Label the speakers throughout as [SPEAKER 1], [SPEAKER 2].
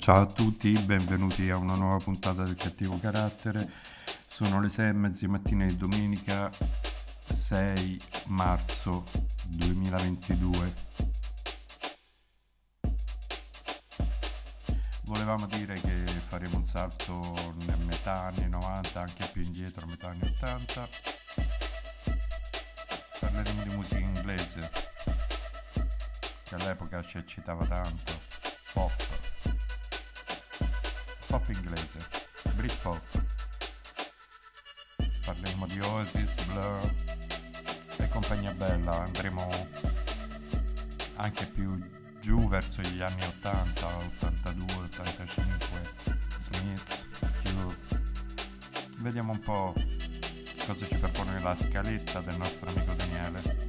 [SPEAKER 1] Ciao a tutti, benvenuti a una nuova puntata del Cattivo Carattere. Sono le 6:30 di mattina di domenica 6 marzo 2022. Volevamo dire che faremo un salto a metà anni 90, anche più indietro, a metà anni 80. Parleremo di musica inglese, che all'epoca ci eccitava tanto. Pop inglese, Britpop. Parleremo di Oasis, Blur e compagnia bella. Andremo anche più giù verso gli anni 80, 82, 85, Smiths, Cure. Vediamo un po' cosa ci propone la scaletta del nostro amico Daniele.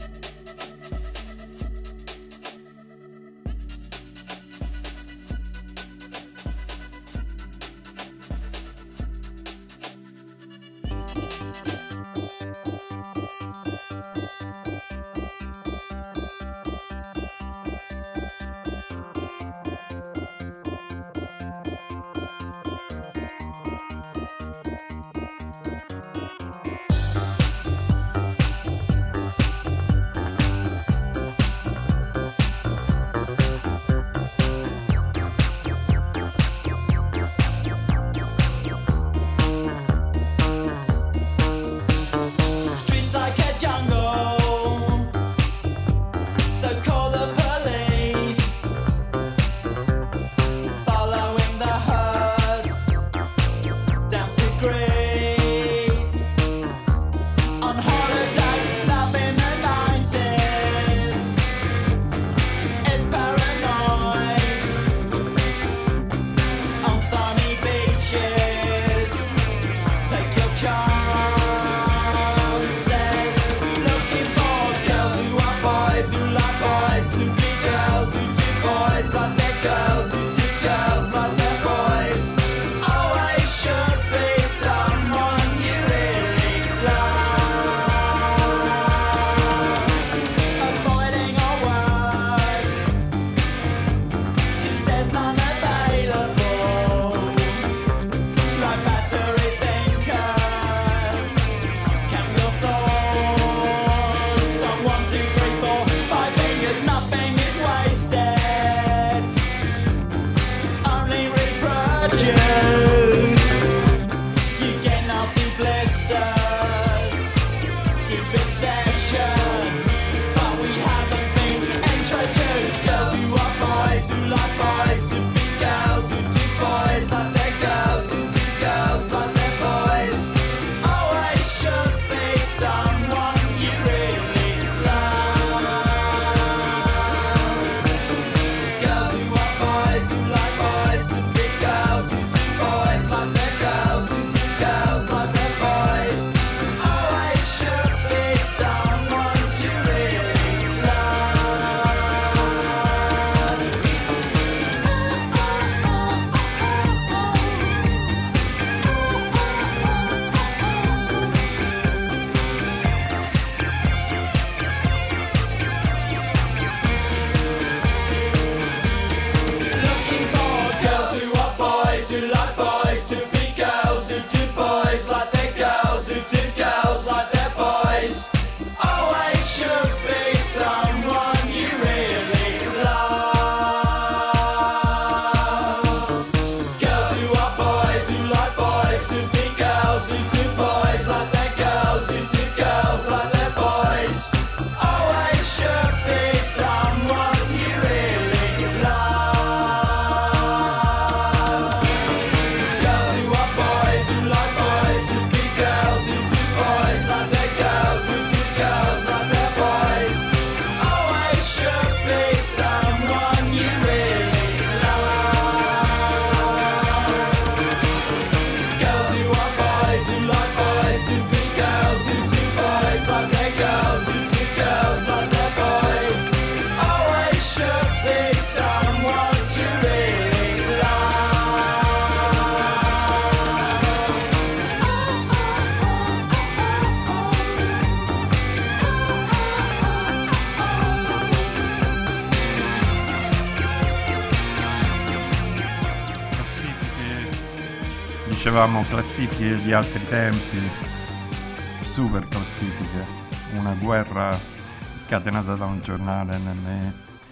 [SPEAKER 1] dicevamo classifiche di altri tempi, super classifiche, una guerra scatenata da un giornale NME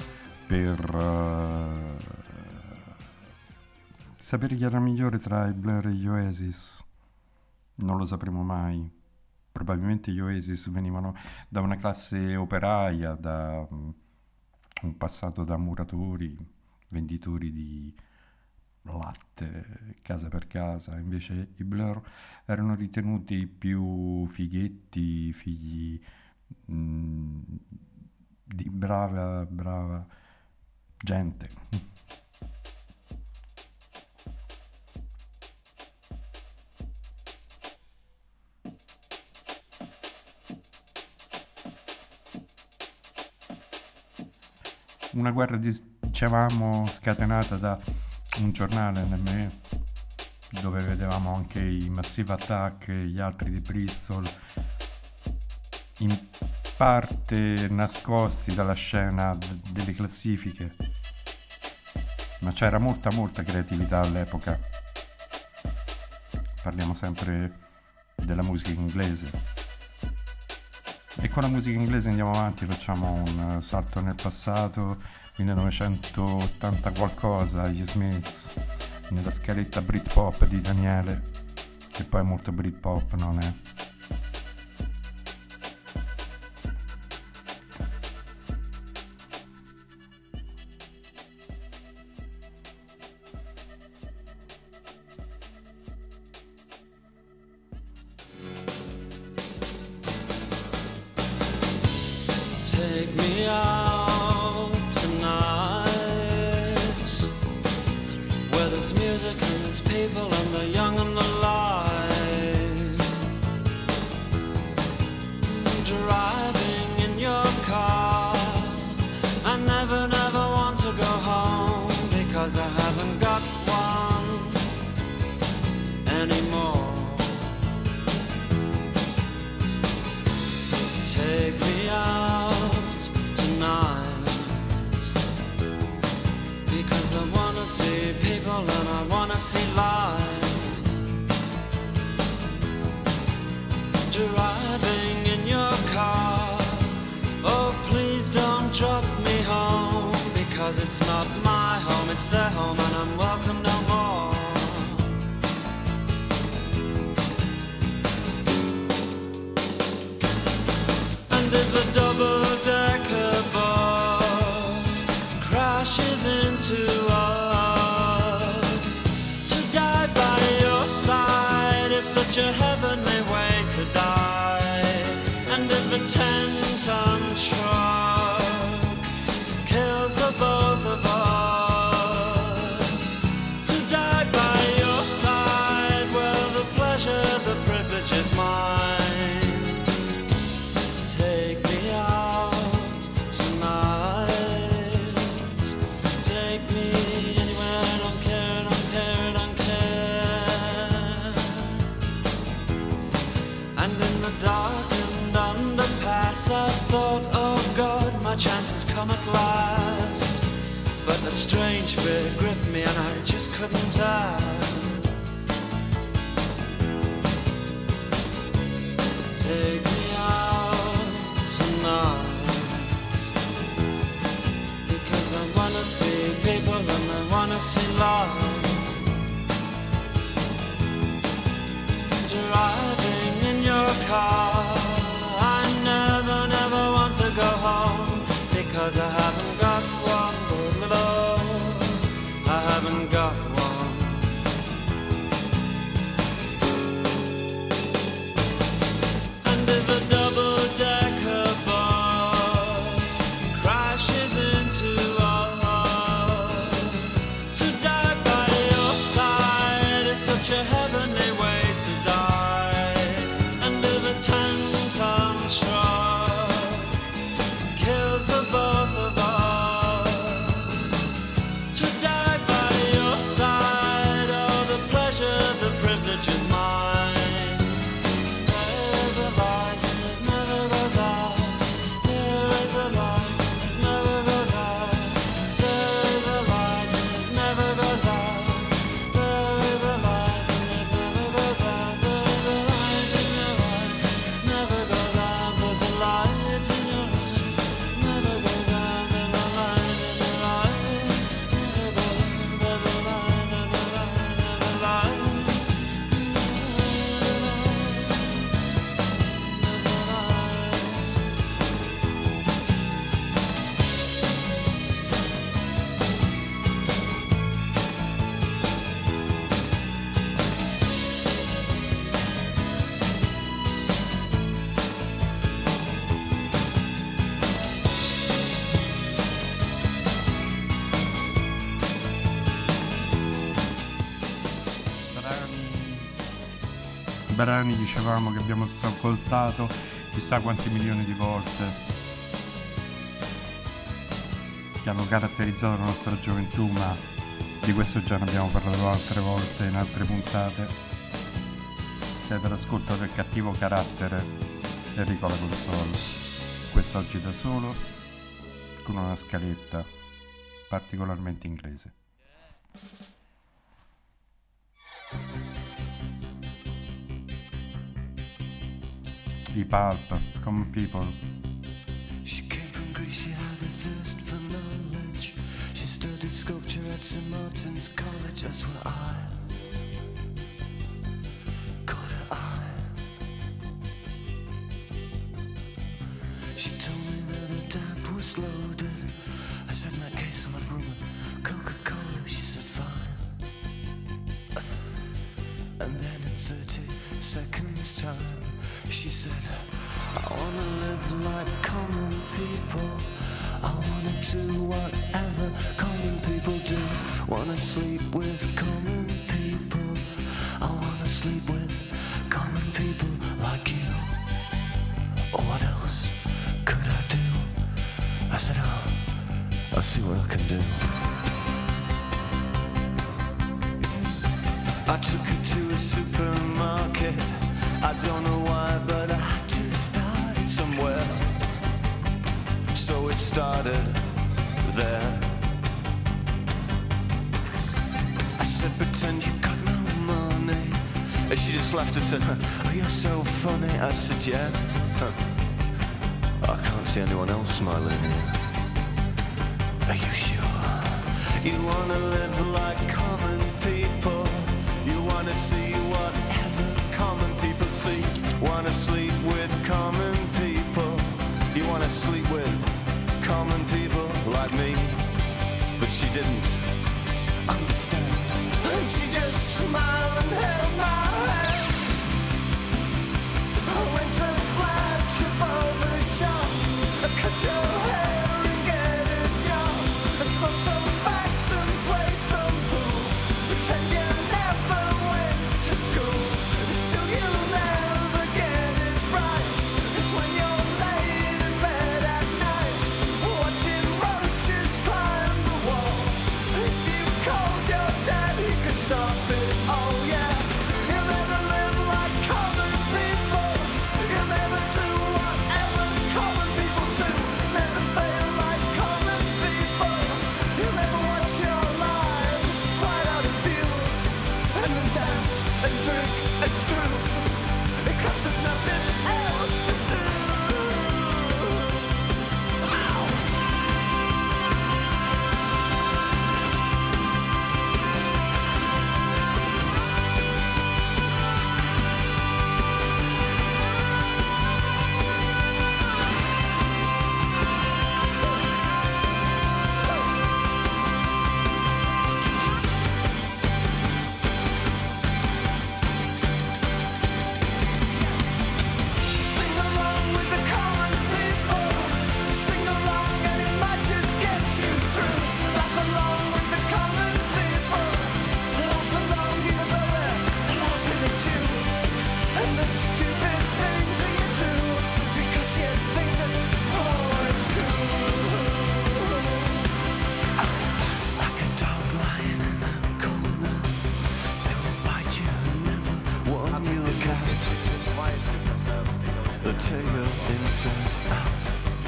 [SPEAKER 1] per sapere chi era migliore tra i Blur e gli Oasis. Non lo sapremo mai. Probabilmente gli Oasis venivano da una classe operaia, da un passato da muratori, venditori di latte casa per casa, invece i Blur erano ritenuti più fighetti, figli di brava gente. Una guerra, dicevamo, scatenata da un giornale NME, dove vedevamo anche i Massive Attack e gli altri di Bristol, in parte nascosti dalla scena delle classifiche, ma c'era molta creatività all'epoca. Parliamo sempre della musica inglese. E con la musica inglese andiamo avanti, facciamo un salto nel passato, 1980 qualcosa, gli Smiths, nella scaletta Britpop di Daniele, che poi molto Britpop non è.
[SPEAKER 2] Take me out tonight, where there's music and there's people and the young and the light. Driving in your car, I never want to go home, because I haven't got one anymore. Take me out because I wanna see people and I wanna see life. Driving in your car, oh please don't drop me home, because it's not my home, it's their home and I'm welcome no more. And if a double-decker bus crashes into us, to die by your side is such a heavenly way to die. And if a 10-ton truck kills the both of us, to die by your side, well, the pleasure, the privilege is mine. Take me out tonight, take me anywhere, I don't care, don't care, don't care. And in the darkened underpass I thought, oh God, my chance has come at last. But a strange fear gripped me and I just couldn't ask. Take me out tonight, because I wanna see people and I wanna see love. Driving in your car, I never want to go home, because I haven't got one, Lord, I haven't got one. And if a double-decker bus crashes into us, to die by your side is such a heavenly way to die.
[SPEAKER 1] brani, dicevamo, che abbiamo ascoltato chissà quanti milioni di volte, che hanno caratterizzato la nostra gioventù, ma di questo già ne abbiamo parlato altre volte in altre puntate. Siete all'ascolto del cattivo carattere Enrico alla console, quest'oggi da solo, con una scaletta particolarmente inglese. I Pulp, Common People.
[SPEAKER 3] She came from Greece, she had a thirst for knowledge. She studied sculpture at St. Martin's College. That's where I caught her eye. She told me that her dad was loaded. I said, in that case I'll have rum and Coca-Cola. She said, fine. And then in 30 seconds time she said, I wanna live like common people. I wanna do whatever common people do. Wanna sleep with common people. I wanna sleep with common people like you. What else could I do? I said, oh, I'll see what I can do. I took her to a supermarket. I don't know why, but I had to start it somewhere. So it started there. I said, pretend you got no money. And she just laughed and said, oh, you're so funny. I said, yeah. I can't see anyone else smiling here. Are you sure? You wanna live like common people. You wanna see whatever common people see. Wanna sleep with common people. You wanna sleep with common people like me. But she didn't understand. And she just smiled and held my hand. I went to flat above the shop. I cut your hair and get a job. I smoke some facts and play some pool. Pretend you never went to school. Still you'll never get it right. It's when you're laid in bed at night, watching roaches climb the wall. If you called your dad, he could stop it. Oh yeah. You'll never live like common people. You'll never do whatever common people do. Never fail like common people. You'll never watch your lives slide out of view. And then dance and drink and screw. Because there's nothing else to do. Sing along with the common people. Sing along and it might just get you through. Laugh along with the common people. Laugh along even though they're laughing at you. And the stupid things that you do. Because you think that, oh, it's cool. Like a dog lying in a corner. They will bite you and never warn you. Look out. They'll tear your insides out.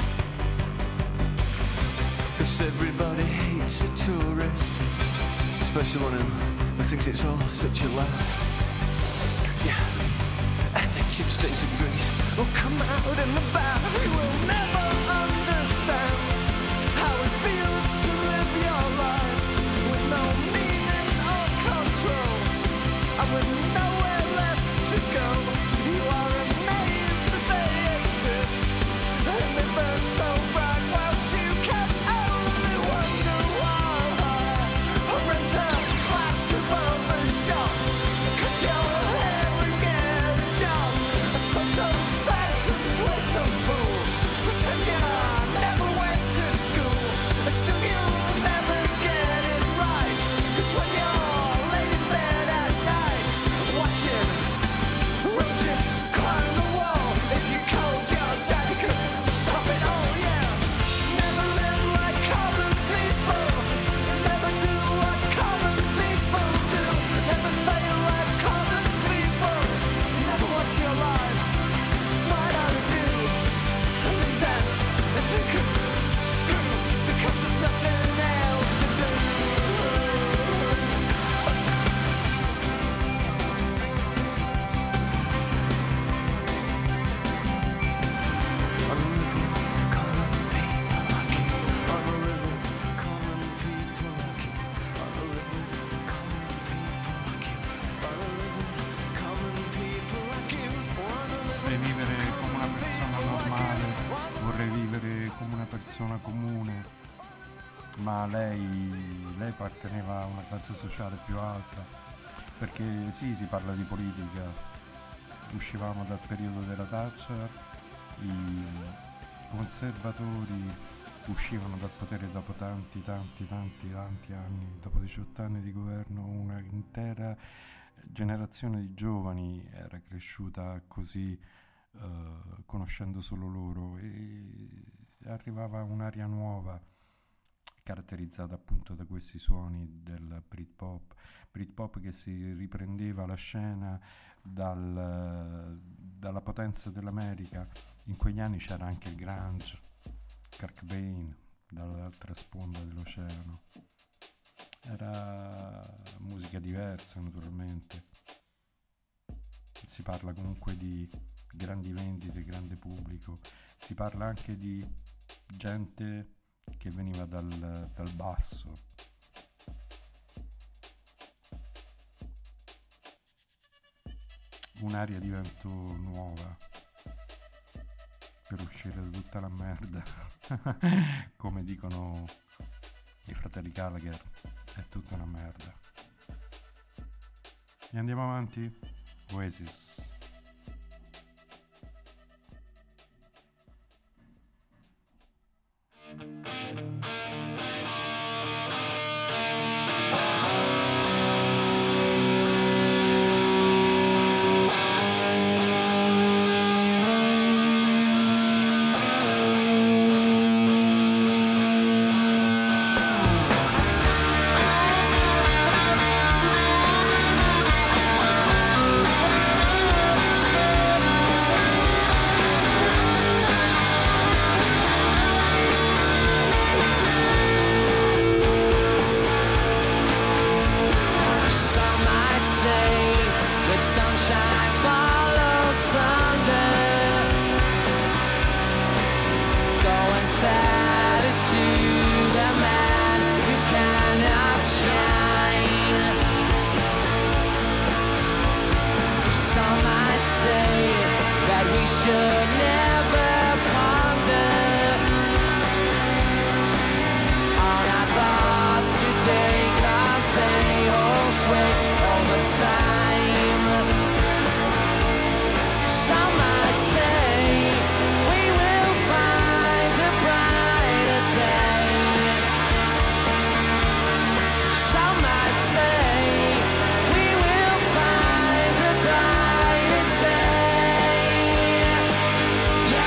[SPEAKER 3] 'Cause everybody hates a tourist, especially one who thinks it's all such a laugh. Yeah, and the chip stains in Greece will come out in the bath. You will never understand how it feels to live your life with no meaning or control, and with nowhere left to go. You are amazed that they exist, and they burn so bright whilst you can only wonder why. Or rent a flat above the shop, cut your hair and get a job. I smoke some facts and play some pool. Pretend you never went to school. Still you'll never get it right. 'Cause when you're laid in bed at night,
[SPEAKER 1] ma lei apparteneva a una classe sociale più alta, perché sì, si parla di politica, uscivamo dal periodo della Thatcher, i conservatori uscivano dal potere dopo tanti anni, dopo 18 anni di governo, una intera generazione di giovani era cresciuta così, conoscendo solo loro, e arrivava un'aria nuova caratterizzata appunto da questi suoni del Britpop che si riprendeva la scena dalla potenza dell'America. In quegli anni c'era anche il grunge, Kurt Cobain dall'altra sponda dell'oceano. Era musica diversa, naturalmente. Si parla comunque di grandi vendite, grande pubblico, si parla anche di gente che veniva dal basso. Un'aria di vento nuova per uscire da tutta la merda. Come dicono i fratelli Gallagher, è tutta una merda. E andiamo avanti. Oasis.
[SPEAKER 4] Yeah.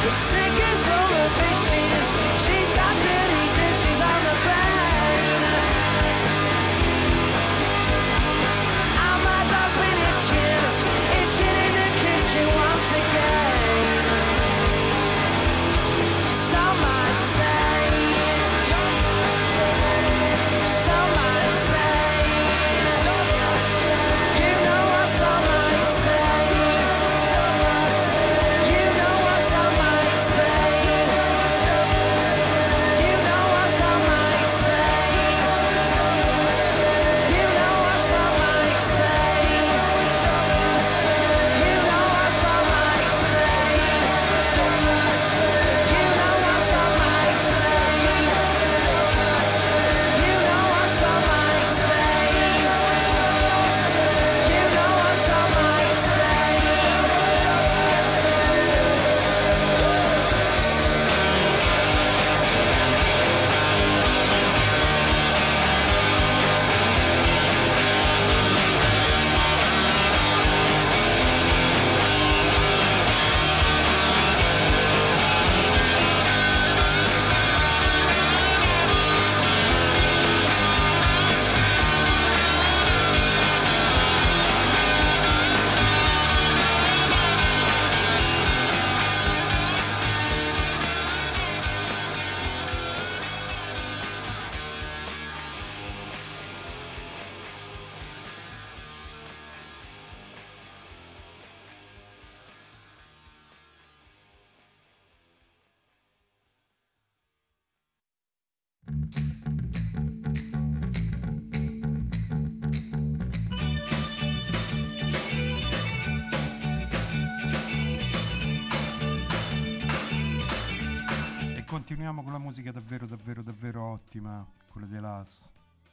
[SPEAKER 1] Continuiamo con la musica davvero davvero davvero ottima, quella di Las.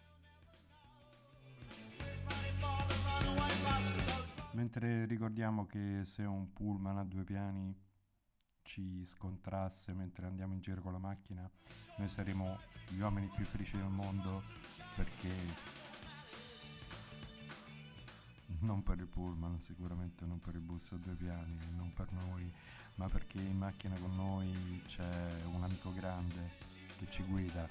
[SPEAKER 1] Mentre ricordiamo che se un pullman a 2 piani ci scontrasse mentre andiamo in giro con la macchina, noi saremo gli uomini più felici del mondo, perché non per il pullman, sicuramente non per il bus a 2 piani, non per noi, ma perché in macchina con noi c'è un amico grande che ci guida.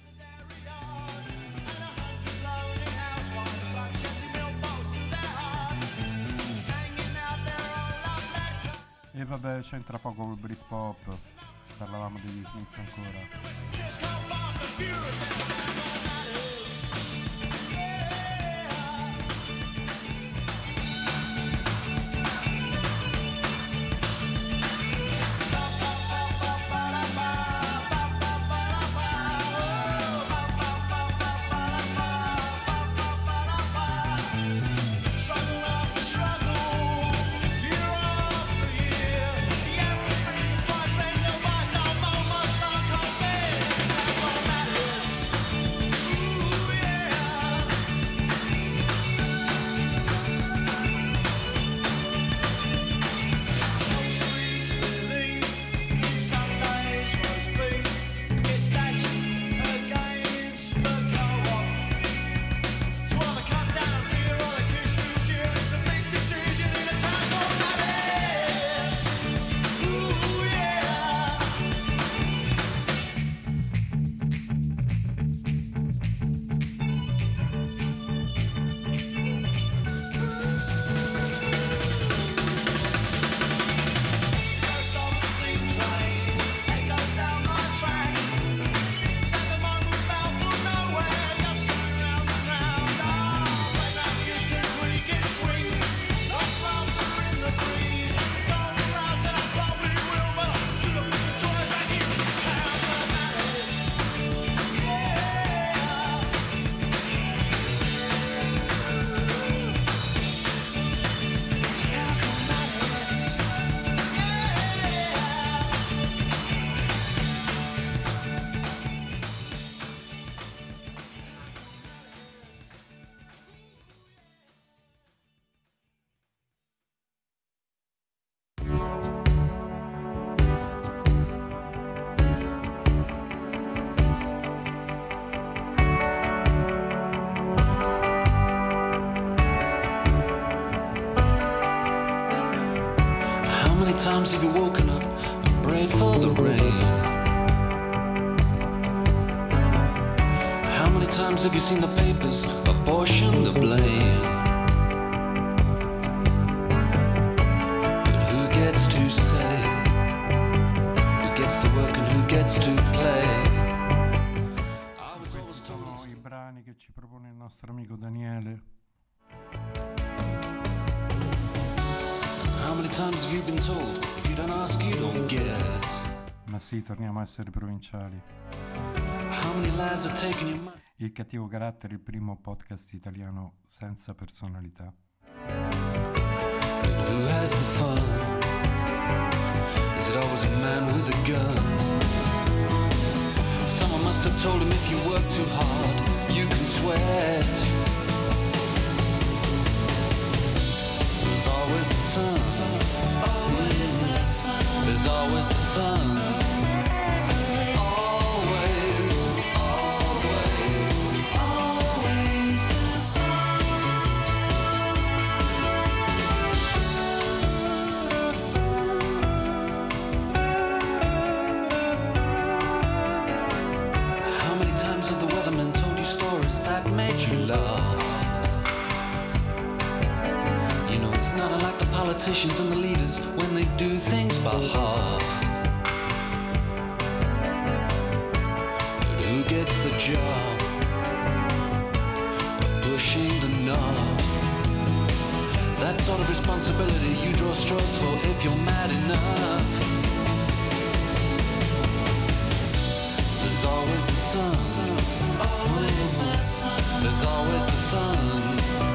[SPEAKER 1] E vabbè, c'entra poco col Britpop, parlavamo degli Smiths ancora.
[SPEAKER 4] Times have you woken up and prayed have you seen the papers apportion the blame? But who gets to say? Who gets to work and who gets to play?
[SPEAKER 1] Questi sono i brani che ci propone il nostro amico Daniele.
[SPEAKER 4] How many times have you been told if you don't ask you don't get?
[SPEAKER 1] Ma sì, torniamo a essere provinciali.
[SPEAKER 4] How many lies have taken your mind?
[SPEAKER 1] Il cattivo carattere, il primo podcast italiano senza personalità.
[SPEAKER 4] But who has the fun? Is it always a man with a gun? Someone must have told him if you work too hard, you can sweat. There's always the sun. Always the sun. There's always the sun. Politicians and the leaders when they do things by half. But who gets the job of pushing the knob? That sort of responsibility you draw straws for if you're mad enough. There's always the sun. Always the sun. There's always the sun.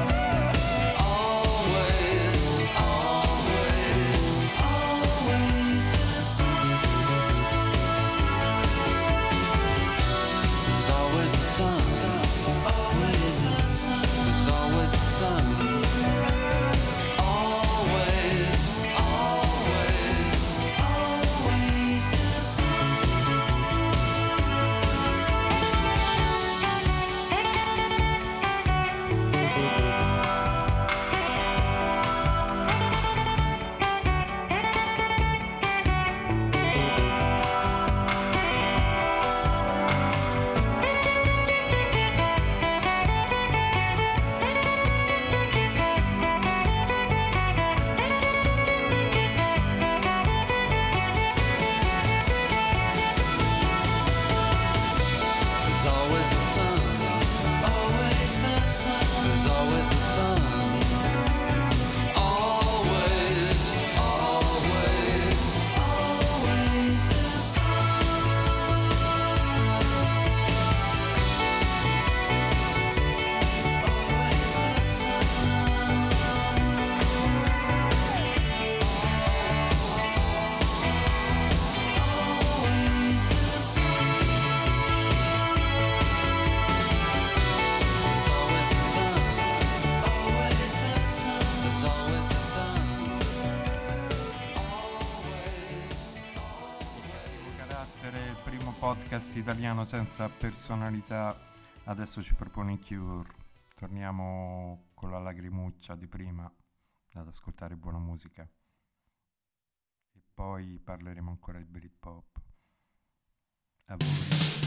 [SPEAKER 1] Podcast italiano senza personalità. Adesso ci propone i Cure. Torniamo con la lagrimuccia di prima ad ascoltare buona musica e poi parleremo ancora di Britpop. A voi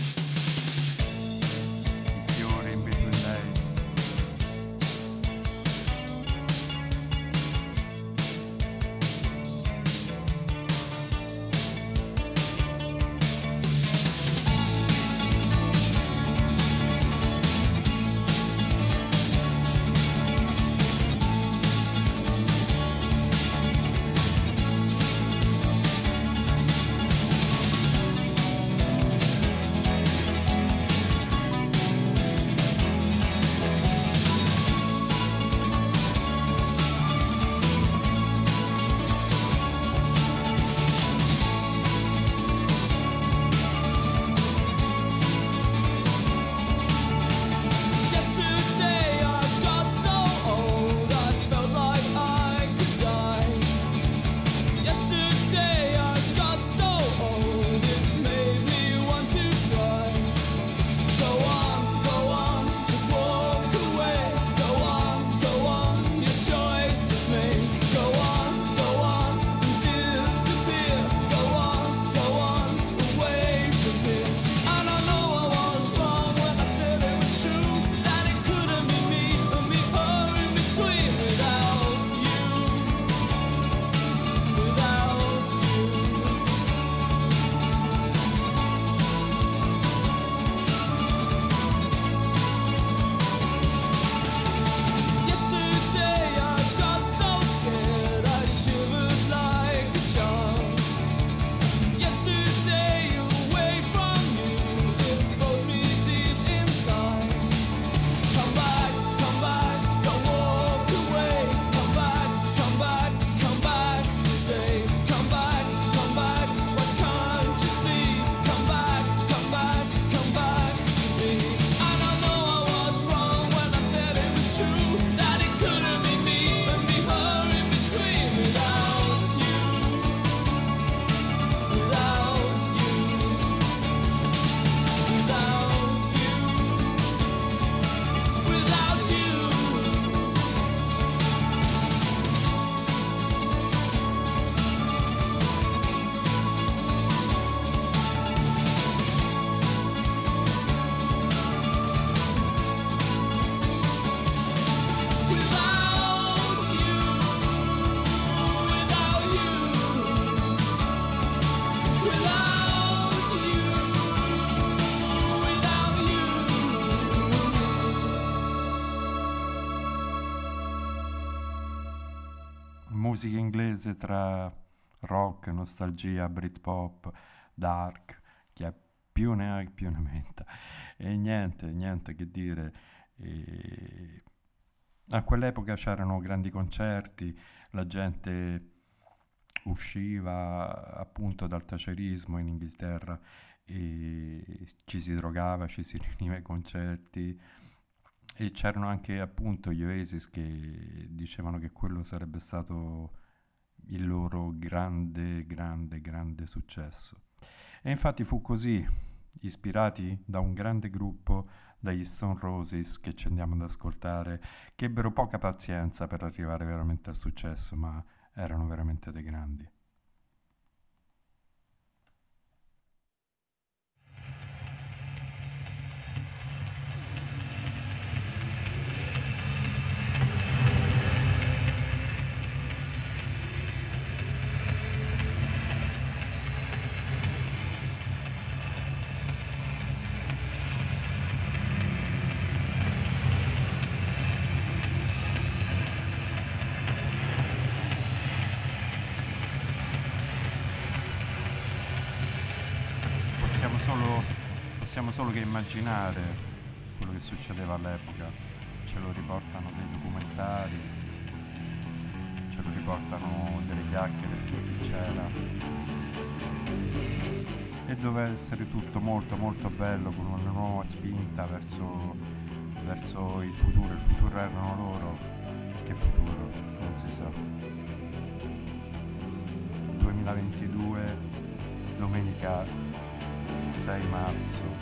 [SPEAKER 1] i Cure in Between Days. musica inglese tra rock, nostalgia, Britpop, dark, chi ha più ne ha più ne metta. E niente che dire. A quell'epoca c'erano grandi concerti, la gente usciva appunto dal thatcherismo in Inghilterra e ci si drogava, ci si riuniva ai concerti, e c'erano anche appunto gli Oasis che dicevano che quello sarebbe stato il loro grande successo. E infatti fu così, ispirati da un grande gruppo, dagli Stone Roses, che ci andiamo ad ascoltare, che ebbero poca pazienza per arrivare veramente al successo, ma erano veramente dei grandi. Possiamo solo che immaginare quello che succedeva all'epoca. Ce lo riportano dei documentari, ce lo riportano delle chiacchiere di chi c'era, e doveva essere tutto molto bello, con una nuova spinta verso il futuro. Il futuro erano loro. Che futuro? Non si sa. 2022, domenica 6 marzo.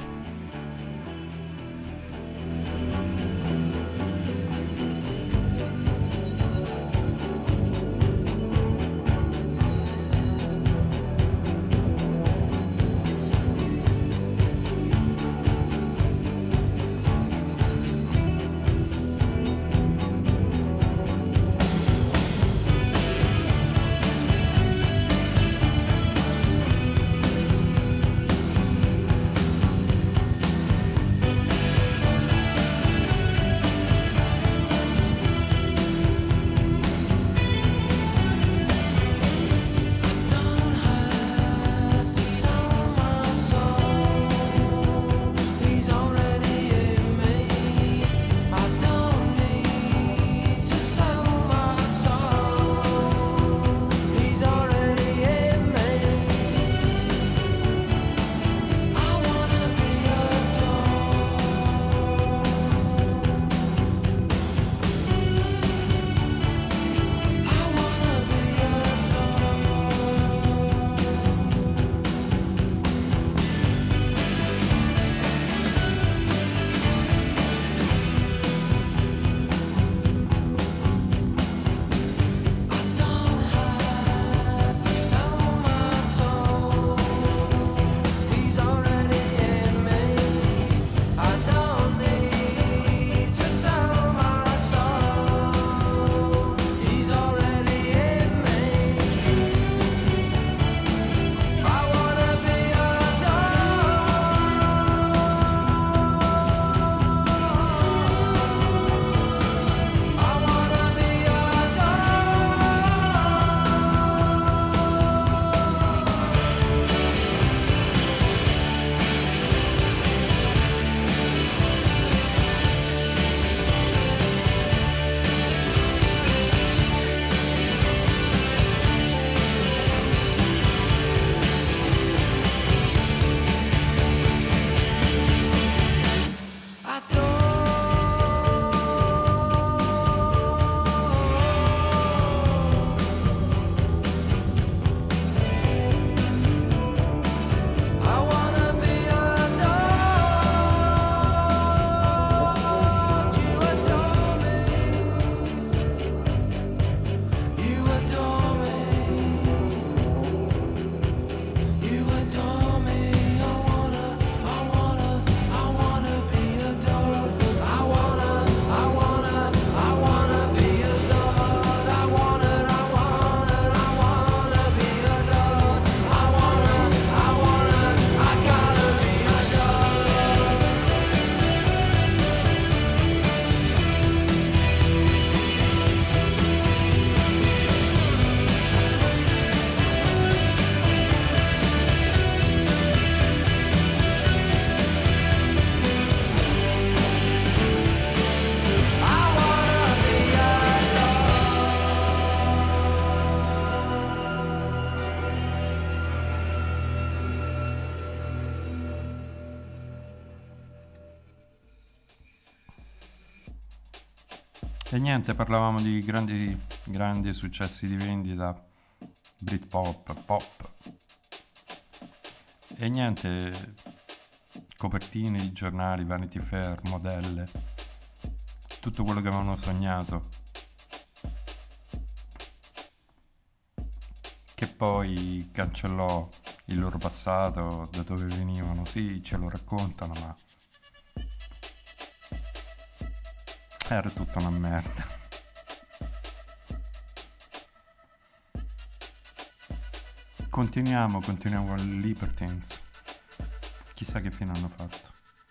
[SPEAKER 1] E niente, parlavamo di grandi successi di vendita, Britpop, pop. E niente, copertine di giornali, Vanity Fair, modelle, tutto quello che avevano sognato. Che poi cancellò il loro passato, da dove venivano, sì, ce lo raccontano, ma era tutta una merda. Continuiamo con i Libertines. Chissà che fine hanno fatto.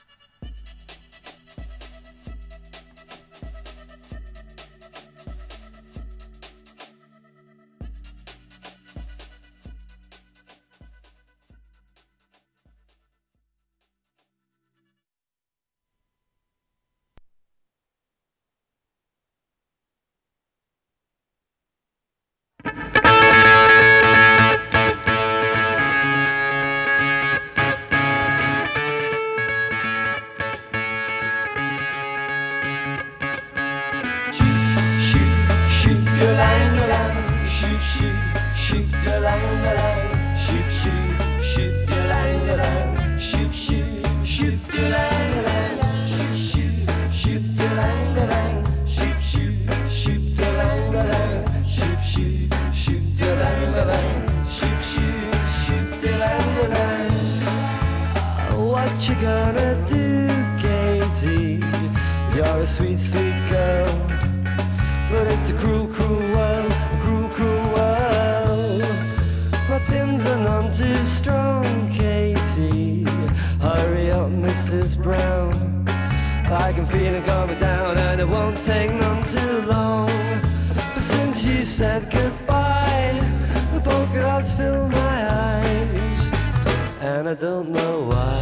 [SPEAKER 2] What you gonna do, Katie? You're a sweet, sweet girl, but it's a cruel, cruel world, a cruel, cruel world. My pins are none too strong, Katie. Hurry up, Mrs. Brown. I can feel it coming down, and it won't take none too long. But since you said goodbye, the polka dots fill my eyes, and I don't know why.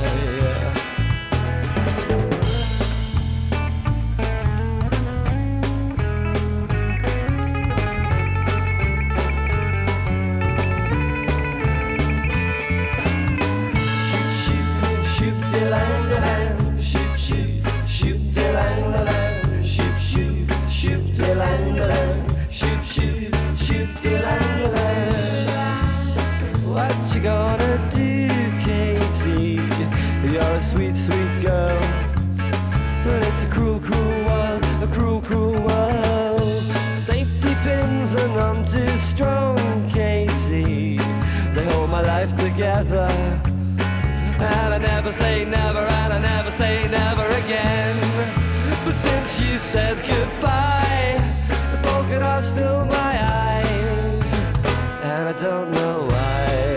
[SPEAKER 2] What you gonna do, Katie? You're a sweet, sweet girl, but it's a cruel, cruel world, a cruel, cruel world. Safety pins are none too strong, Katie. They hold my life together, and I never say never, and I never say never again. But since you said goodbye, the polka dots fill my eyes, and I don't know why.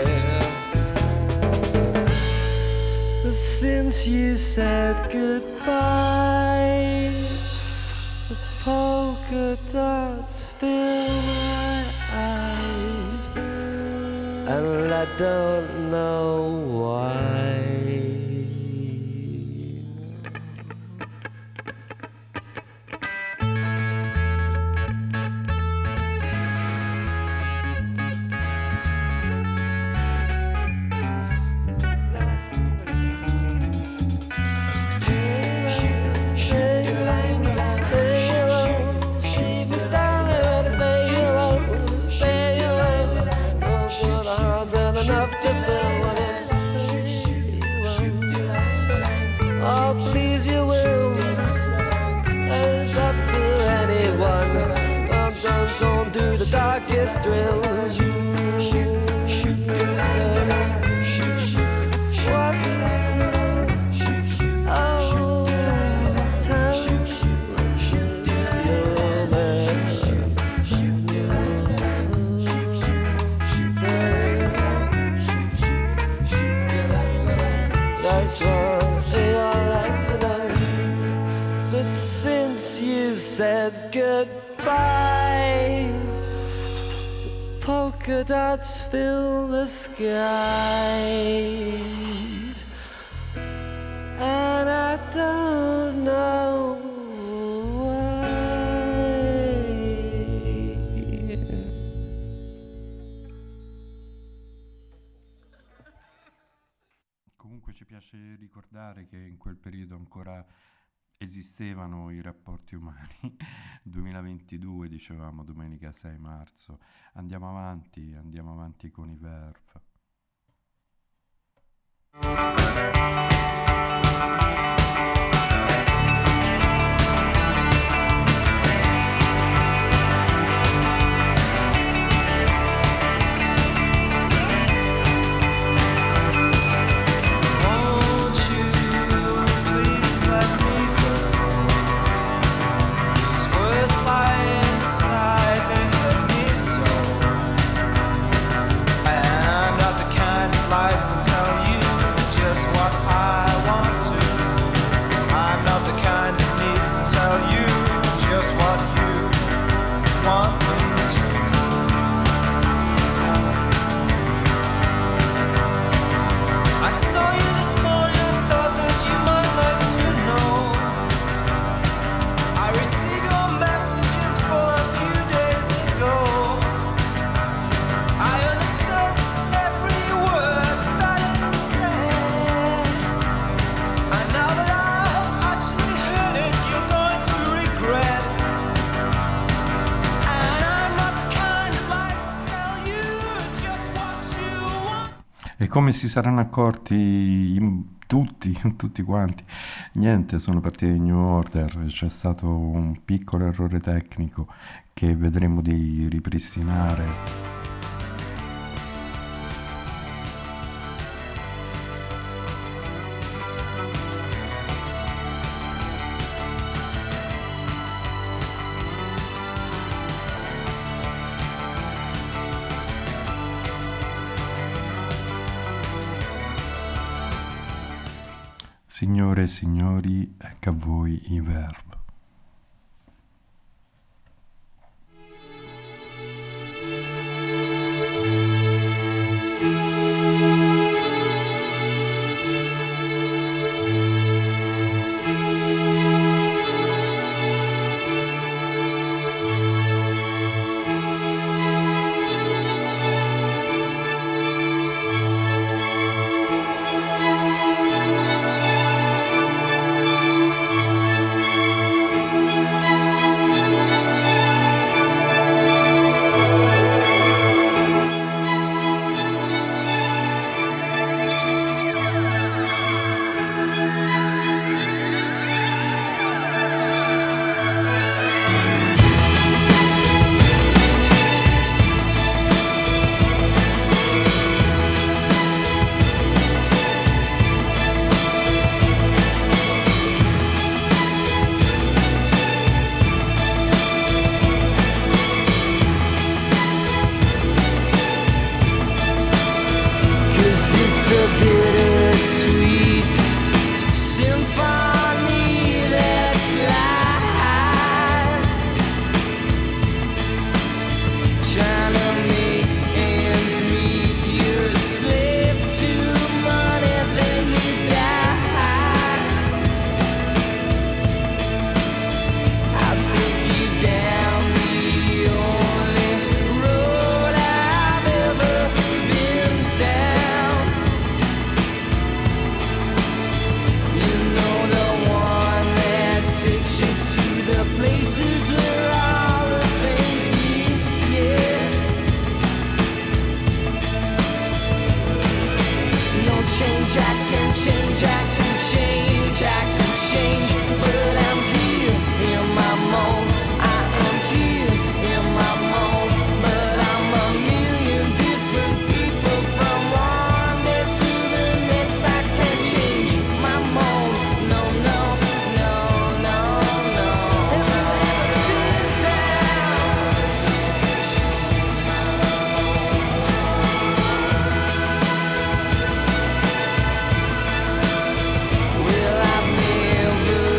[SPEAKER 2] But since you said goodbye, the polka dots fill my eyes, and I don't know why. Oh, please you will, and it's up to anyone. Don't do the darkest drill. What? Oh, tell your man. That's what they all like to know. But since you said goodbye, the polka dots fill the skies, and I don't know why.
[SPEAKER 1] Comunque ci piace ricordare che in quel periodo ancora esistevano i rapporti umani. 2022, dicevamo, domenica 6 marzo. Andiamo avanti con i Verve. E come si saranno accorti tutti quanti, niente, sono partiti di New Order, c'è stato un piccolo errore tecnico che vedremo di ripristinare. Signore e signori, ecco a voi i Verve.
[SPEAKER 5] Well, I've never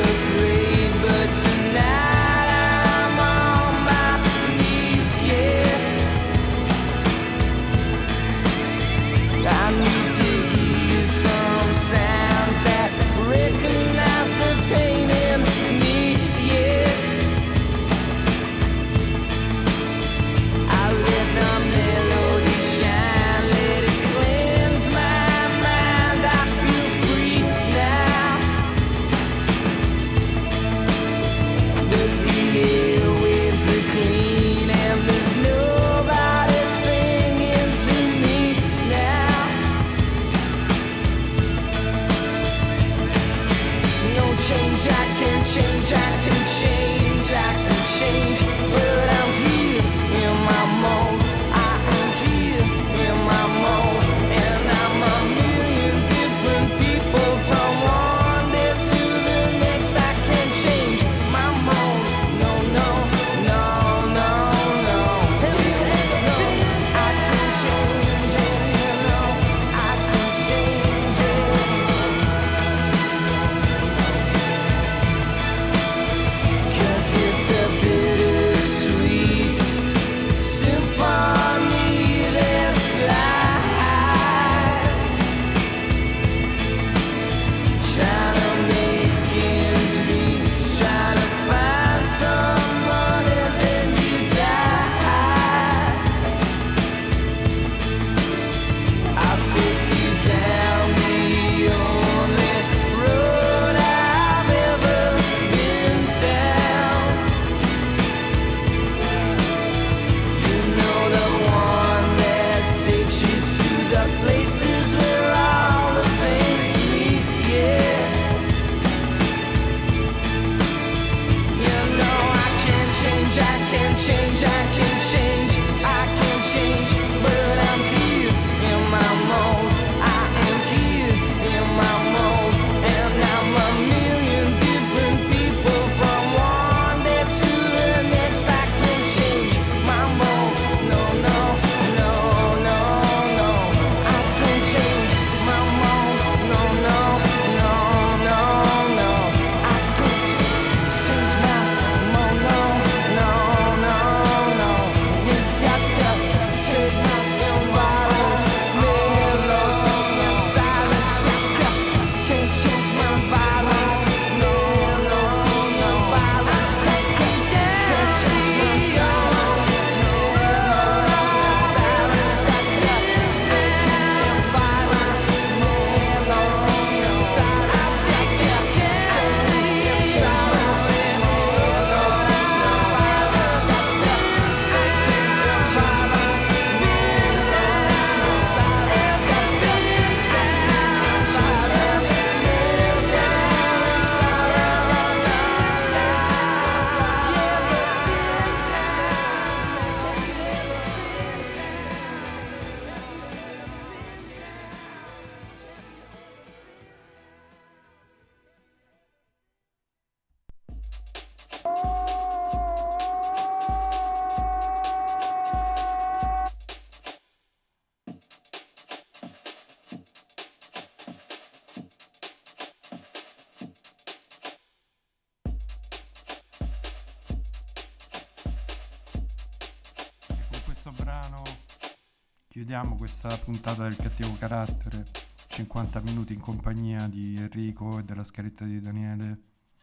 [SPEAKER 1] Chiudiamo questa puntata del cattivo carattere, 50 minuti in compagnia di Enrico e della scaletta di Daniele,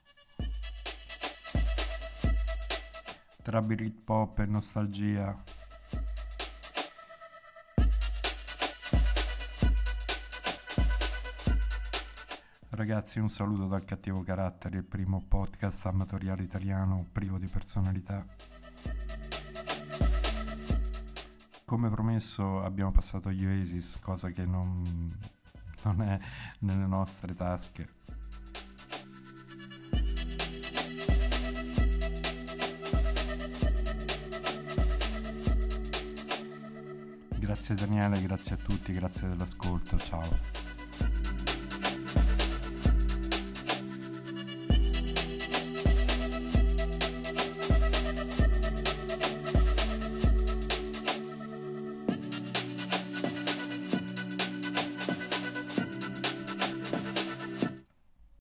[SPEAKER 1] tra Britpop e nostalgia. Ragazzi, un saluto dal cattivo carattere, il primo podcast amatoriale italiano privo di personalità. Come promesso abbiamo passato gli Oasis, cosa che non è nelle nostre tasche. Grazie Daniele, grazie a tutti, grazie dell'ascolto, ciao.